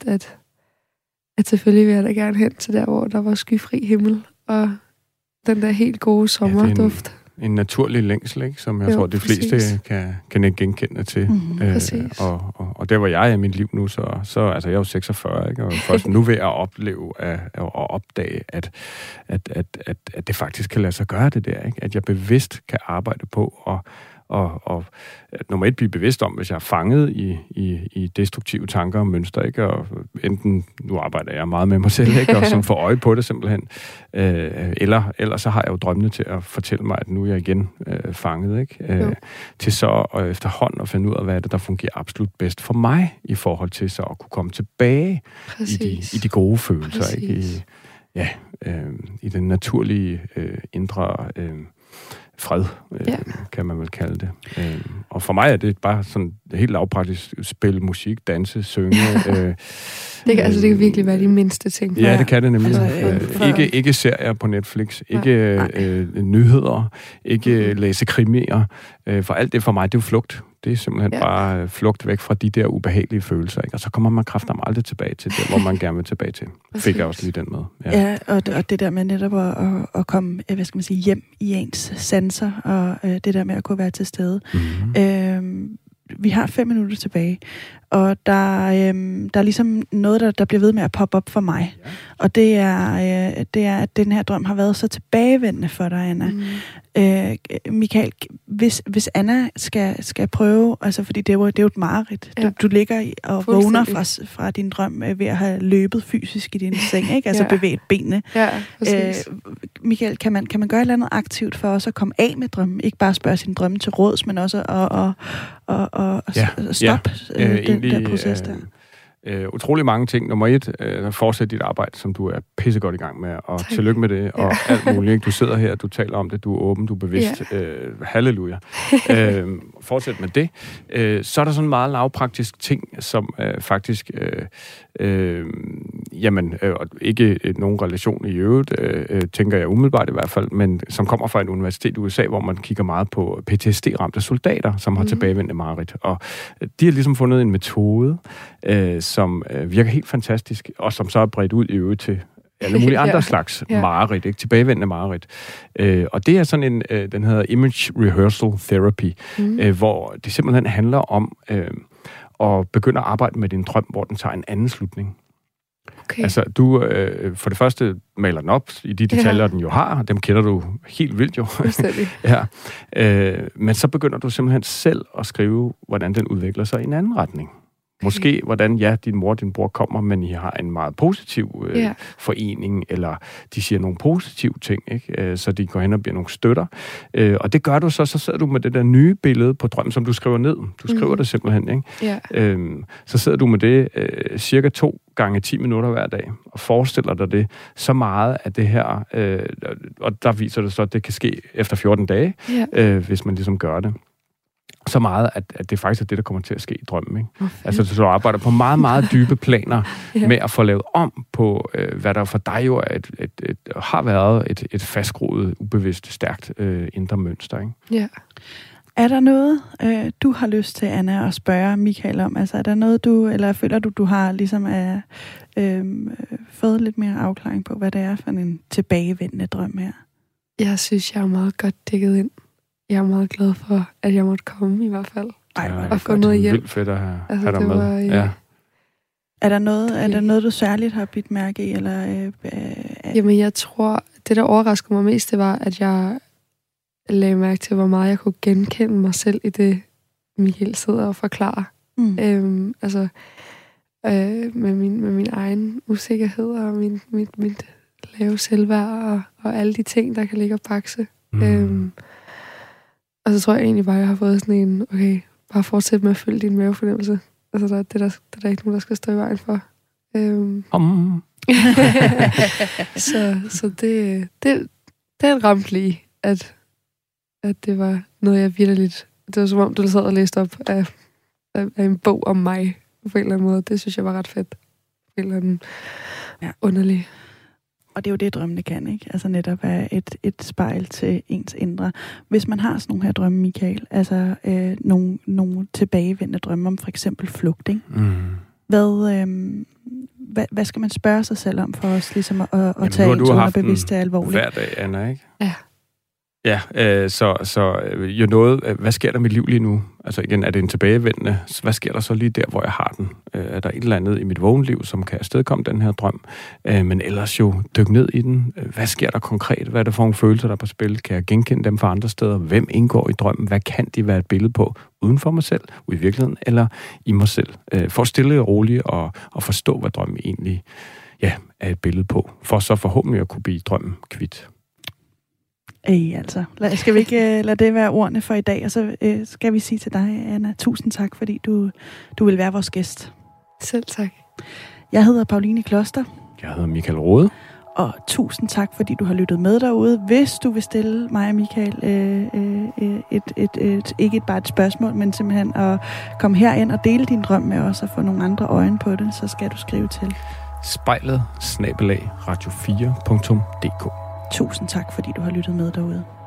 at selvfølgelig vil jeg da gerne hen til der, hvor der var skyfri himmel, og den der helt gode sommerduft. En naturlig længsel, ikke? Som jeg tror, de fleste kan ikke genkende til. Og der, hvor jeg er i mit liv nu, så altså, jeg er jo 46, ikke? Og først nu vil jeg opleve og opdage, at det faktisk kan lade sig gøre det der, ikke? At jeg bevidst kan arbejde på og nummer 1 blive bevidst om, hvis jeg er fanget i destruktive tanker og mønstre, ikke? Og enten, nu arbejder jeg meget med mig selv, ikke? Og som får øje på det simpelthen, eller så har jeg jo drømmene til at fortælle mig, at nu er jeg igen fanget, ikke? Til så og efterhånden at finde ud af, hvad er det, der fungerer absolut bedst for mig, i forhold til så at kunne komme tilbage i de gode følelser, ikke? I den naturlige indre fred, kan man vel kalde det. Og for mig er det bare sådan helt lavpraktisk spille musik, danse, synge. Det kan virkelig være de mindste ting. Ja, det kan det nemlig. Altså, ikke serier på Netflix, ikke nyheder, ikke læse krimier. For alt det for mig, det er jo flugt. Det er simpelthen bare flugt væk fra de der ubehagelige følelser, ikke? Og så kommer man kraftigt aldrig tilbage til det, hvor man gerne vil tilbage til. Fik jeg også lige den med. Ja, og det der med netop at komme, hjem i ens sanser, og det der med at kunne være til stede. Vi har 5 minutter tilbage, og der er ligesom noget, der bliver ved med at poppe op for mig. Ja. Og det er, at den her drøm har været så tilbagevendende for dig, Anna. Michael, hvis Anna skal prøve, altså fordi det er jo et mareridt. Du ligger og vågner fra din drøm ved at have løbet fysisk i din seng, ikke? Altså bevæget benene. Ja, Michael, kan man gøre et eller andet aktivt for også at komme af med drømmen? Ikke bare spørge sin drømme til råds, men også at stoppe den der proces der. Utrolig mange ting. Nummer 1, fortsæt dit arbejde, som du er pissegodt i gang med, og tillykke med det, og alt muligt. Ikke? Du sidder her, du taler om det, du er åben, du er bevidst. Halleluja. Fortsæt med det. Så er der sådan en meget lavpraktisk ting, som faktisk ikke nogen relation i øvrigt, tænker jeg umiddelbart i hvert fald, men som kommer fra et universitet i USA, hvor man kigger meget på PTSD-ramte soldater, som har tilbagevendte mareridt. Og de har ligesom fundet en metode, som virker helt fantastisk, og som så er bredt ud i øvrigt til alle mulige andre slags mareridt, ikke? Tilbagevendende mareridt. Og det er sådan den hedder Image Rehearsal Therapy, hvor det simpelthen handler om at begynde at arbejde med din drøm, hvor den tager en anden slutning. Okay. Altså, du for det første maler den op i de detaljer, den jo har. Dem kender du helt vildt jo. Men så begynder du simpelthen selv at skrive, hvordan den udvikler sig i en anden retning. Måske, hvordan, din mor og din bror kommer, men I har en meget positiv forening, eller de siger nogle positive ting, ikke? Så de går hen og bliver nogle støtter. Og det gør du så sidder du med det der nye billede på drømmen, som du skriver ned. Du skriver det simpelthen, ikke? Så sidder du med det cirka 2 gange 10 minutter hver dag, og forestiller dig det så meget, at det her, og der viser det så, at det kan ske efter 14 dage, hvis man ligesom gør det. Så meget, at det faktisk er det, der kommer til at ske i drømmen. Ikke? Altså, så du arbejder på meget, meget dybe planer med at få lavet om på, hvad der for dig jo er har været et fastgroet, ubevidst, stærkt indre mønster. Ikke? Ja. Er der noget, du har lyst til, Anna, at spørge Michael om? Altså, er der noget, eller føler du har ligesom fået lidt mere afklaring på, hvad det er for en tilbagevendende drøm her? Jeg synes, jeg er meget godt dækket ind. Jeg er meget glad for, at jeg måtte komme i hvert fald. Og få noget hjem. Vildt fedt at have dig med. Er der noget, du særligt har bidt mærke i? Eller, Jamen, jeg tror, det der overraskede mig mest, det var, at jeg lagde mærke til, hvor meget jeg kunne genkende mig selv i det, Michael sidder og forklarer. med min egen usikkerhed og mit lave selvværd og alle de ting, der kan ligge og bakse. Og så tror jeg egentlig bare, at jeg har fået sådan en, okay, bare fortsæt med at følge din mavefornemmelse. Altså, det er der ikke nogen, der skal stå i vejen for. Så det ramte lige, at det var noget, jeg vitterligt... Det var som om, du sad og læste op af en bog om mig, på en eller anden måde. Det synes jeg var ret fedt. På en eller anden underlig. Og det er jo det, drømmene kan, ikke? Altså netop er et spejl til ens indre. Hvis man har sådan nogle her drømme, Michael, altså nogle tilbagevendende drømme om for eksempel flugt, ikke? Hvad skal man spørge sig selv om for os, ligesom at tage ens underbevidste alvorligt? Hver dag, Anna, ikke? Ja. Ja, så jo noget, hvad sker der i mit liv lige nu? Altså igen, er det en tilbagevendende? Hvad sker der så lige der, hvor jeg har den? Er der et eller andet i mit vågenliv, som kan afstedkomme den her drøm? Men ellers jo dykke ned i den. Hvad sker der konkret? Hvad er det for nogle følelser, der er på spil? Kan jeg genkende dem fra andre steder? Hvem indgår i drømmen? Hvad kan de være et billede på? Uden for mig selv, ude i virkeligheden, eller i mig selv? For stille og roligt og forstå, hvad drømmen egentlig er et billede på. For så forhåbentlig at kunne blive drømmen kvit. Altså. Skal vi ikke lade det være ordene for i dag? Og så skal vi sige til dig, Anna, tusind tak, fordi du vil være vores gæst. Selv tak. Jeg hedder Pauline Kloster. Jeg hedder Michael Rode. Og tusind tak, fordi du har lyttet med derude. Hvis du vil stille mig og Michael ikke bare et spørgsmål, men simpelthen at komme herind og dele din drøm med os og få nogle andre øjne på det, så skal du skrive til spejlet@radio4.dk. Tusind tak, fordi du har lyttet med derude.